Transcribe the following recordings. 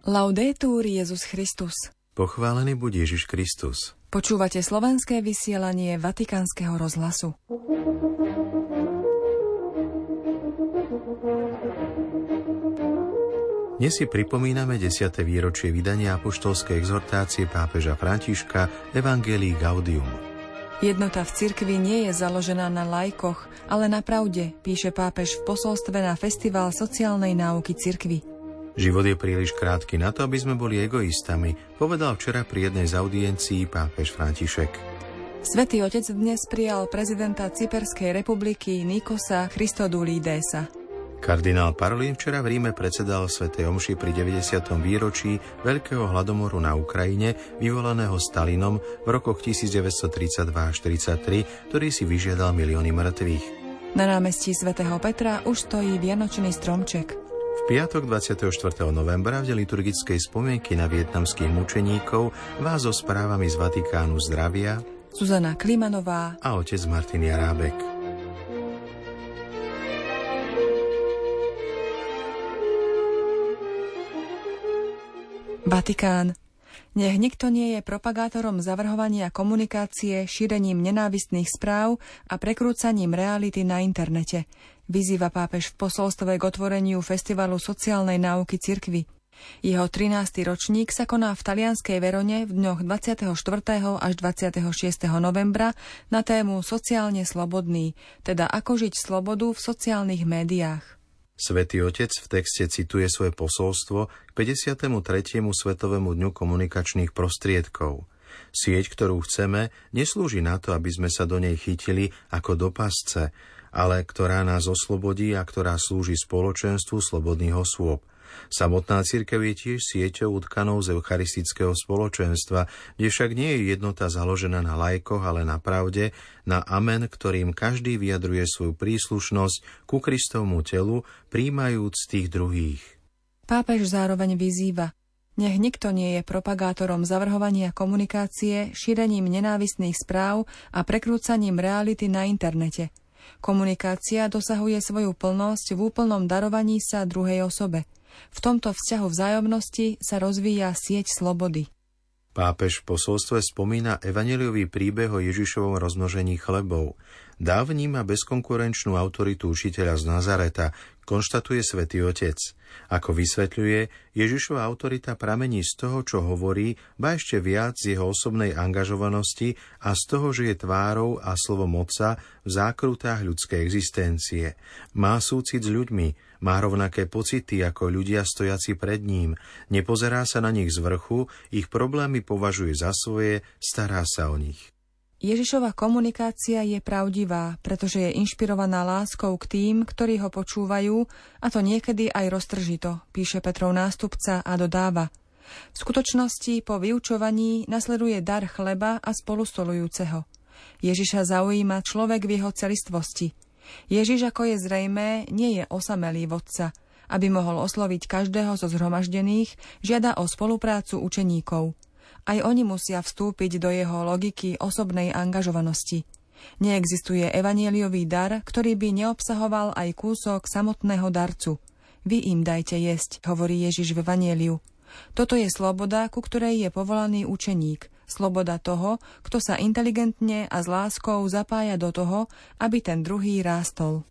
Laudetur Jesus Christus. Pochválený buď Ježiš Kristus. Počúvate slovenské vysielanie Vatikánskeho rozhlasu. Dnes si pripomíname 10. výročie vydania apoštolskej exhortácie pápeža Františka Evangelii Gaudium. Jednota v cirkvi nie je založená na lajkoch, ale na pravde, píše pápež v posolstve na Festival sociálnej náuky cirkvi. Život je príliš krátky na to, aby sme boli egoistami, povedal včera pri jednej z audiencií pápež František. Svätý Otec dnes prijal prezidenta Cyperskej republiky Nikosa Christodoulidesa. Kardinál Parolin včera v Ríme predsedal svätej omši pri 90. výročí veľkého hladomoru na Ukrajine, vyvolaného Stalinom v rokoch 1932 až 1933, ktorý si vyžiadal milióny mŕtvych. Na námestí svätého Petra už stojí vianočný stromček. V piatok 24. novembra v deň liturgickej spomienky na vietnamských mučeníkov vás so správami z Vatikánu zdravia Zuzana Klimanová a otec Martin Jarábek. Vatikán. Nech nikto nie je propagátorom zavrhovania komunikácie, šírením nenávistných správ a prekrúcaním reality na internete, vyzýva pápež v posolstve k otvoreniu Festivalu sociálnej náuky cirkvi. Jeho 13. ročník sa koná v talianskej Verone v dňoch 24. až 26. novembra na tému Sociálne slobodný, teda ako žiť slobodu v sociálnych médiách. Svätý Otec v texte cituje svoje posolstvo k 53. Svetovému dňu komunikačných prostriedkov. Sieť, ktorú chceme, neslúži na to, aby sme sa do nej chytili ako do pasce, ale ktorá nás oslobodí a ktorá slúži spoločenstvu slobodných osôb. Samotná cirkev je tiež sieťou utkanou z eucharistického spoločenstva, kde však nie je jednota založená na lajkoch, ale na pravde, na amen, ktorým každý vyjadruje svoju príslušnosť ku Kristovmu telu, prijímajúc tých druhých. Pápež zároveň vyzýva: nech nikto nie je propagátorom zavrhovania komunikácie, šírením nenávistných správ a prekrúcaním reality na internete. Komunikácia dosahuje svoju plnosť v úplnom darovaní sa druhej osobe. V tomto vzťahu vzájomnosti sa rozvíja sieť slobody. Pápež v posolstve spomína evanjeliový príbeh o Ježišovom rozmnožení chlebov. Dá vníma bezkonkurenčnú autoritu učiteľa z Nazareta, konštatuje Svätý Otec. Ako vysvetľuje, Ježišova autorita pramení z toho, čo hovorí, ba ešte viac z jeho osobnej angažovanosti a z toho, že je tvárou a slovom Otca v zákrutách ľudskej existencie. Má súcit s ľuďmi, má rovnaké pocity ako ľudia stojaci pred ním, nepozerá sa na nich z vrchu, ich problémy považuje za svoje, stará sa o nich. Ježišova komunikácia je pravdivá, pretože je inšpirovaná láskou k tým, ktorí ho počúvajú, a to niekedy aj roztržito, píše Petrov nástupca a dodáva: v skutočnosti po vyučovaní nasleduje dar chleba a spolustolujúceho. Ježiša zaujíma človek v jeho celistvosti. Ježiš, ako je zrejmé, nie je osamelý vodca. Aby mohol osloviť každého zo zhromaždených, žiada o spoluprácu učeníkov. Aj oni musia vstúpiť do jeho logiky osobnej angažovanosti. Neexistuje evanjeliový dar, ktorý by neobsahoval aj kúsok samotného darcu. Vy im dajte jesť, hovorí Ježiš v evanjeliu. Toto je sloboda, ku ktorej je povolaný učeník. Sloboda toho, kto sa inteligentne a s láskou zapája do toho, aby ten druhý rástol.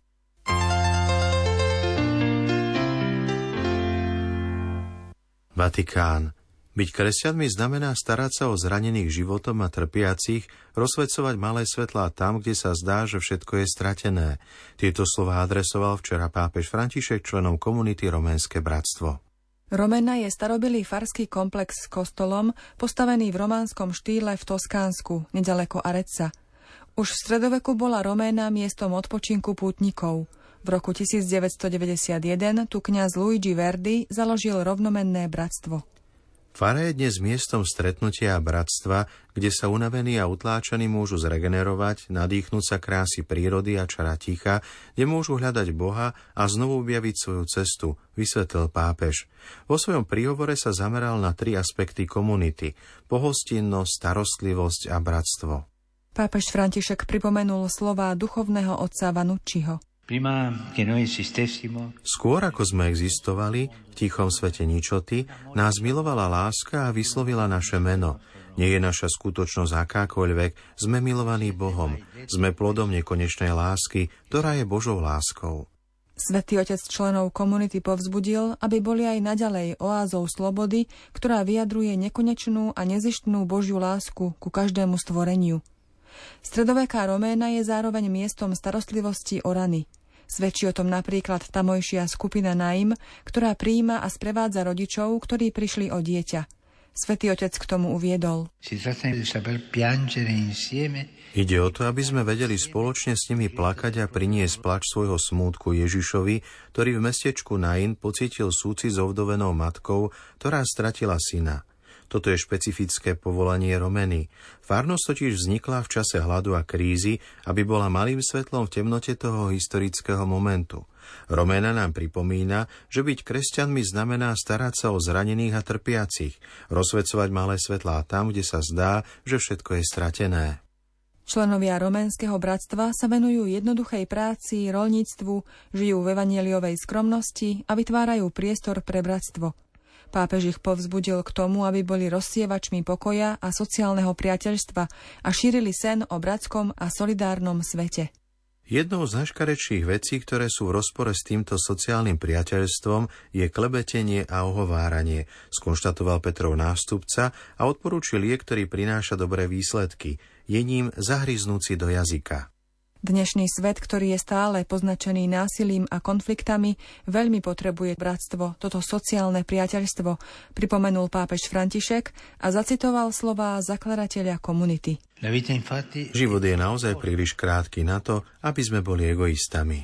Vatikán. Byť kresťanmi znamená starať sa o zranených životom a trpiacich, rozsvecovať malé svetlá tam, kde sa zdá, že všetko je stratené. Tieto slová adresoval včera pápež František členom komunity Roménske bratstvo. Romena je starobilý farský komplex s kostolom, postavený v románskom štýle v Toskánsku, nedaleko Arezza. Už v stredoveku bola Roména miestom odpočinku pútnikov. V roku 1991 tu kňaz Luigi Verdi založil rovnomenné bratstvo. Fara je dnes miestom stretnutia a bratstva, kde sa unavení a utláčaní môžu zregenerovať, nadýchnúť sa krásy prírody a čara ticha, kde môžu hľadať Boha a znovu objaviť svoju cestu, vysvetlil pápež. Vo svojom príhovore sa zameral na 3 aspekty komunity: pohostinnosť, starostlivosť a bratstvo. Pápež František pripomenul slová duchovného otca Vanucciho. Skôr ako sme existovali, v tichom svete ničoty, nás milovala láska a vyslovila naše meno. Nie je naša skutočnosť akákoľvek, sme milovaní Bohom, sme plodom nekonečnej lásky, ktorá je Božou láskou. Svätý Otec členov komunity povzbudil, aby boli aj naďalej oázou slobody, ktorá vyjadruje nekonečnú a nezištnú Božiu lásku ku každému stvoreniu. Stredoveká Roména je zároveň miestom starostlivosti o rany. Svedčí o tom napríklad tamojšia skupina Naim, ktorá prijíma a sprevádza rodičov, ktorí prišli o dieťa. Svätý Otec k tomu uviedol. Ide o to, aby sme vedeli spoločne s nimi plakať a priniesť plač svojho smútku Ježišovi, ktorý v mestečku Nain pocítil súcit s ovdovenou matkou, ktorá stratila syna. Toto je špecifické povolanie Romeny. Farnosť totiž vznikla v čase hladu a krízy, aby bola malým svetlom v temnote toho historického momentu. Romena nám pripomína, že byť kresťanmi znamená starať sa o zranených a trpiacich, rozsvecovať malé svetlá tam, kde sa zdá, že všetko je stratené. Členovia Roménskeho bratstva sa venujú jednoduchej práci, roľníctvu, žijú v evanjeliovej skromnosti a vytvárajú priestor pre bratstvo. Pápež ich povzbudil k tomu, aby boli rozsievačmi pokoja a sociálneho priateľstva a šírili sen o bratskom a solidárnom svete. Jednou z najškarečších vecí, ktoré sú v rozpore s týmto sociálnym priateľstvom, je klebetenie a ohováranie, skonštatoval Petrov nástupca a odporúčil liek, ktorý prináša dobré výsledky. Je ním zahryznúci do jazyka. Dnešný svet, ktorý je stále poznačený násilím a konfliktami, veľmi potrebuje bratstvo, toto sociálne priateľstvo, pripomenul pápež František a zacitoval slová zakladateľa komunity. Život je naozaj príliš krátky na to, aby sme boli egoistami.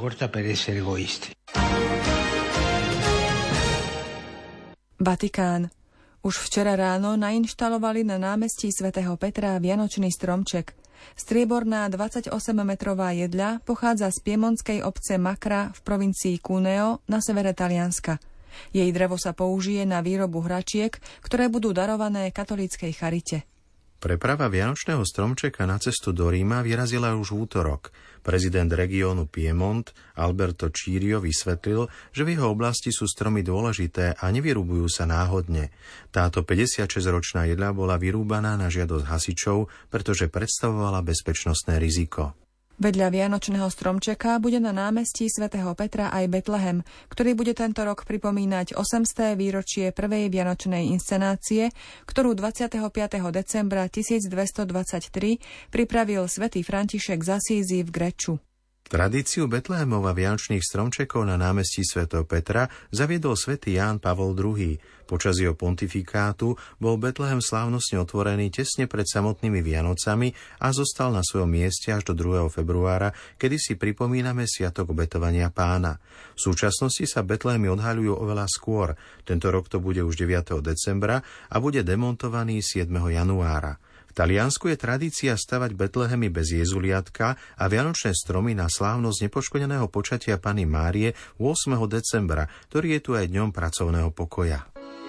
Vatikán. Už včera ráno nainštalovali na námestí svätého Petra vianočný stromček. Strieborná 28-metrová jedľa pochádza z piemonskej obce Makra v provincii Cuneo na severe Talianska. Jej drevo sa použije na výrobu hračiek, ktoré budú darované katolíckej charite. Preprava vianočného stromčeka na cestu do Ríma vyrazila už v útorok. Prezident regiónu Piemont Alberto Cirio vysvetlil, že v jeho oblasti sú stromy dôležité a nevyrubujú sa náhodne. Táto 56-ročná jedľa bola vyrúbaná na žiadosť hasičov, pretože predstavovala bezpečnostné riziko. Vedľa vianočného stromčeka bude na námestí svätého Petra aj Betlehem, ktorý bude tento rok pripomínať 800. výročie prvej vianočnej inscenácie, ktorú 25. decembra 1223 pripravil svätý František z Asízy v Greču. Tradíciu Betlehemov a vianočných stromčekov na námestí svätého Petra zaviedol svätý Ján Pavol II. Počas jeho pontifikátu bol Betlehem slávnostne otvorený tesne pred samotnými Vianocami a zostal na svojom mieste až do 2. februára, kedy si pripomíname sviatok obetovania Pána. V súčasnosti sa Betlehemy odhaľujú oveľa skôr. Tento rok to bude už 9. decembra a bude demontovaný 7. januára. V Taliansku je tradícia stavať Betlehemy bez jezuliatka a vianočné stromy na slávnosť nepoškodeného počatia Panny Márie 8. decembra, ktorý je tu aj dňom pracovného pokoja.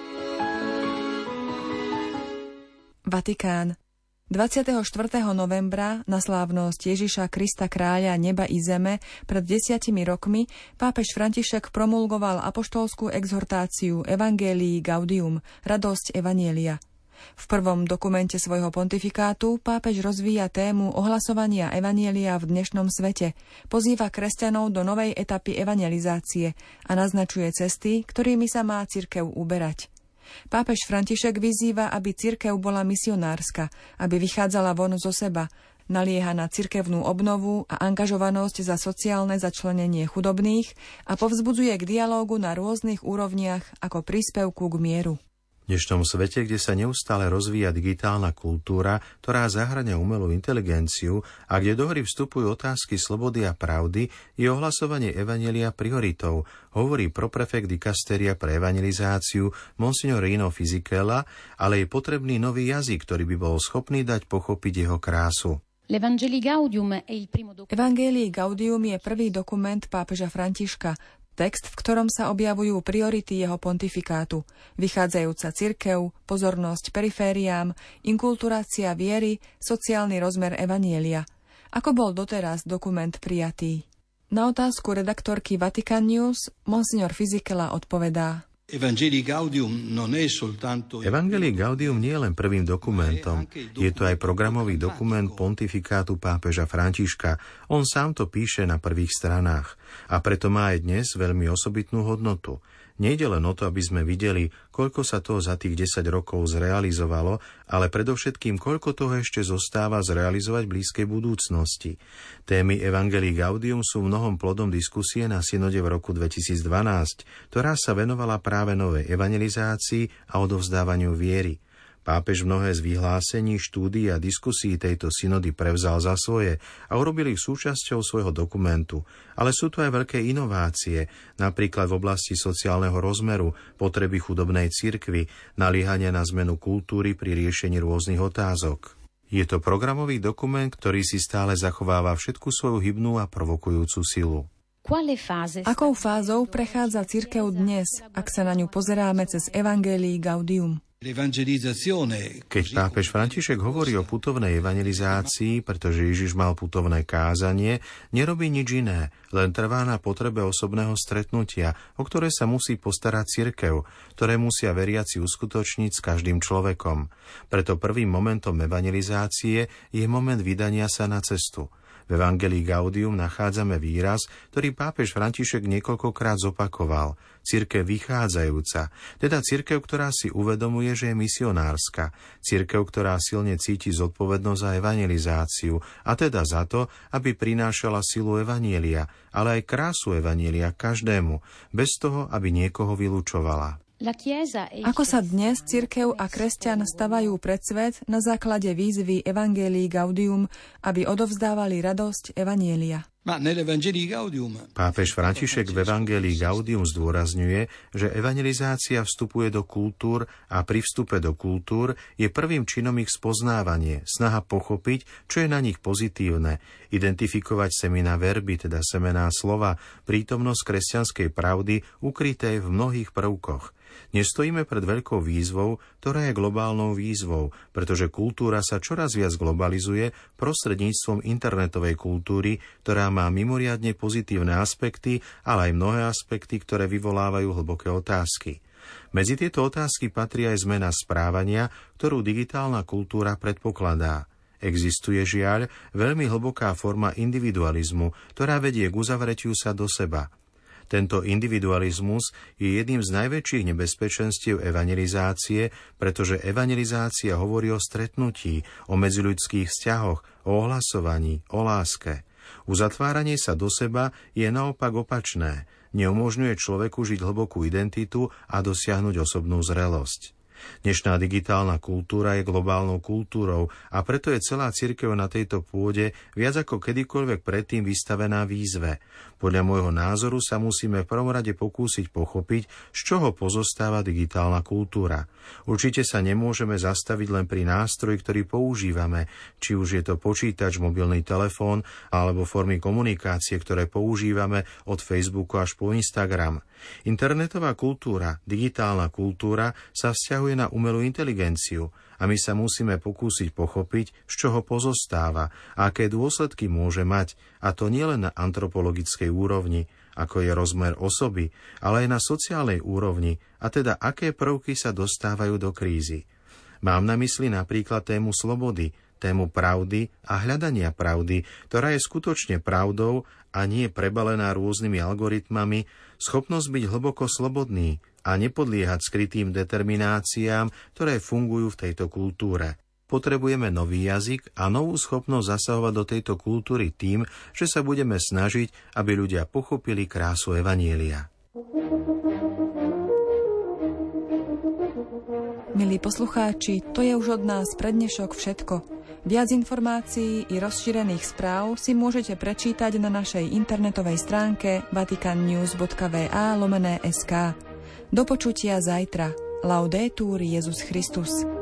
Vatikán. 24. novembra na slávnosť Ježiša Krista kráľa neba i zeme pred 10 rokmi pápež František promulgoval apoštolskú exhortáciu Evangelii Gaudium, radosť Evanjelia. V prvom dokumente svojho pontifikátu pápež rozvíja tému ohlasovania evanjelia v dnešnom svete, pozýva kresťanov do novej etapy evangelizácie a naznačuje cesty, ktorými sa má cirkev uberať. Pápež František vyzýva, aby cirkev bola misionárska, aby vychádzala von zo seba, nalieha na cirkevnú obnovu a angažovanosť za sociálne začlenenie chudobných a povzbudzuje k dialógu na rôznych úrovniach ako príspevku k mieru. V dnešnom svete, kde sa neustále rozvíja digitálna kultúra, ktorá zahŕňa umelú inteligenciu a kde do hry vstupujú otázky slobody a pravdy, je ohlasovanie evanjelia prioritou, hovorí proprefekt dikasteria pre evangelizáciu Monsignor Rino Fisichella, ale je potrebný nový jazyk, ktorý by bol schopný dať pochopiť jeho krásu. Evangelii Gaudium je prvý dokument pápeža Františka, text, v ktorom sa objavujú priority jeho pontifikátu, vychádzajúca cirkev, pozornosť perifériám, inkulturácia viery, sociálny rozmer evanjelia. Ako bol doteraz dokument prijatý? Na otázku redaktorky Vatican News monsignor Fisichella odpovedá: Evangelii Gaudium nie je len prvým dokumentom, je to aj programový dokument pontifikátu pápeža Františka. On sám to píše na prvých stranách a preto má aj dnes veľmi osobitnú hodnotu. Nejde len o to, aby sme videli, koľko sa toho za tých 10 rokov zrealizovalo, ale predovšetkým, koľko toho ešte zostáva zrealizovať v blízkej budúcnosti. Témy Evangelii Gaudium sú mnohom plodom diskusie na synode v roku 2012, ktorá sa venovala práve novej evangelizácii a odovzdávaniu viery. Pápež mnohé z vyhlásení, štúdií a diskusí tejto synody prevzal za svoje a urobil ich súčasťou svojho dokumentu. Ale sú tu aj veľké inovácie, napríklad v oblasti sociálneho rozmeru, potreby chudobnej cirkvi, naliehania na zmenu kultúry pri riešení rôznych otázok. Je to programový dokument, ktorý si stále zachováva všetku svoju hybnú a provokujúcu silu. Akou fázou prechádza cirkev dnes, ak sa na ňu pozeráme cez Evangelii Gaudium? Keď pápež František hovorí o putovnej evangelizácii, pretože Ježiš mal putovné kázanie, nerobí nič iné, len trvá na potrebe osobného stretnutia, o ktoré sa musí postarať cirkev, ktoré musia veriaci uskutočniť s každým človekom. Preto prvým momentom evangelizácie je moment vydania sa na cestu. V Evangelii Gaudium nachádzame výraz, ktorý pápež František niekoľkokrát zopakoval. Cirkev vychádzajúca, teda cirkev, ktorá si uvedomuje, že je misionárska. Cirkev, ktorá silne cíti zodpovednosť za evangelizáciu, a teda za to, aby prinášala silu evanjelia, ale aj krásu evanjelia každému, bez toho, aby niekoho vylúčovala. Ako sa dnes cirkev a kresťan stavajú pred svet na základe výzvy Evangelii Gaudium, aby odovzdávali radosť evanjelia? Pápež František v Evangelii Gaudium zdôrazňuje, že evangelizácia vstupuje do kultúr a pri vstupe do kultúr je prvým činom ich spoznávanie, snaha pochopiť, čo je na nich pozitívne, identifikovať semena verby, teda semená slova, prítomnosť kresťanskej pravdy ukryté v mnohých prvkoch. Nestojíme pred veľkou výzvou, ktorá je globálnou výzvou, pretože kultúra sa čoraz viac globalizuje prostredníctvom internetovej kultúry, ktorá má mimoriadne pozitívne aspekty, ale aj mnohé aspekty, ktoré vyvolávajú hlboké otázky. Medzi tieto otázky patrí aj zmena správania, ktorú digitálna kultúra predpokladá. Existuje žiaľ veľmi hlboká forma individualizmu, ktorá vedie k uzavretiu sa do seba. Tento individualizmus je jedným z najväčších nebezpečenstiev evangelizácie, pretože evangelizácia hovorí o stretnutí, o medziľudských vzťahoch, o ohlasovaní, o láske. Uzatváranie sa do seba je naopak opačné. Neumožňuje človeku žiť hlbokú identitu a dosiahnuť osobnú zrelosť. Dnešná digitálna kultúra je globálnou kultúrou a preto je celá cirkev na tejto pôde viac ako kedykoľvek predtým vystavená výzve. Podľa môjho názoru sa musíme v prvom rade pokúsiť pochopiť, z čoho pozostáva digitálna kultúra. Určite sa nemôžeme zastaviť len pri nástroji, ktorý používame, či už je to počítač, mobilný telefón alebo formy komunikácie, ktoré používame od Facebooku až po Instagram. Internetová kultúra, digitálna kultúra sa vzťahuje na umelú inteligenciu a my sa musíme pokúsiť pochopiť, z čoho pozostáva a aké dôsledky môže mať, a to nielen na antropologickej úrovni, ako je rozmer osoby, ale aj na sociálnej úrovni, a teda aké prvky sa dostávajú do krízy. Mám na mysli napríklad tému slobody, tému pravdy a hľadania pravdy, ktorá je skutočne pravdou a nie prebalená rôznymi algoritmami, schopnosť byť hlboko slobodný a nepodliehať skrytým determináciám, ktoré fungujú v tejto kultúre. Potrebujeme nový jazyk a novú schopnosť zasahovať do tejto kultúry tým, že sa budeme snažiť, aby ľudia pochopili krásu evanjelia. Milí poslucháči, to je už od nás pre dnešok všetko. Viac informácií i rozšírených správ si môžete prečítať na našej internetovej stránke vaticannews.va/sk. Do počutia zajtra. Laudetur Jesus Christus.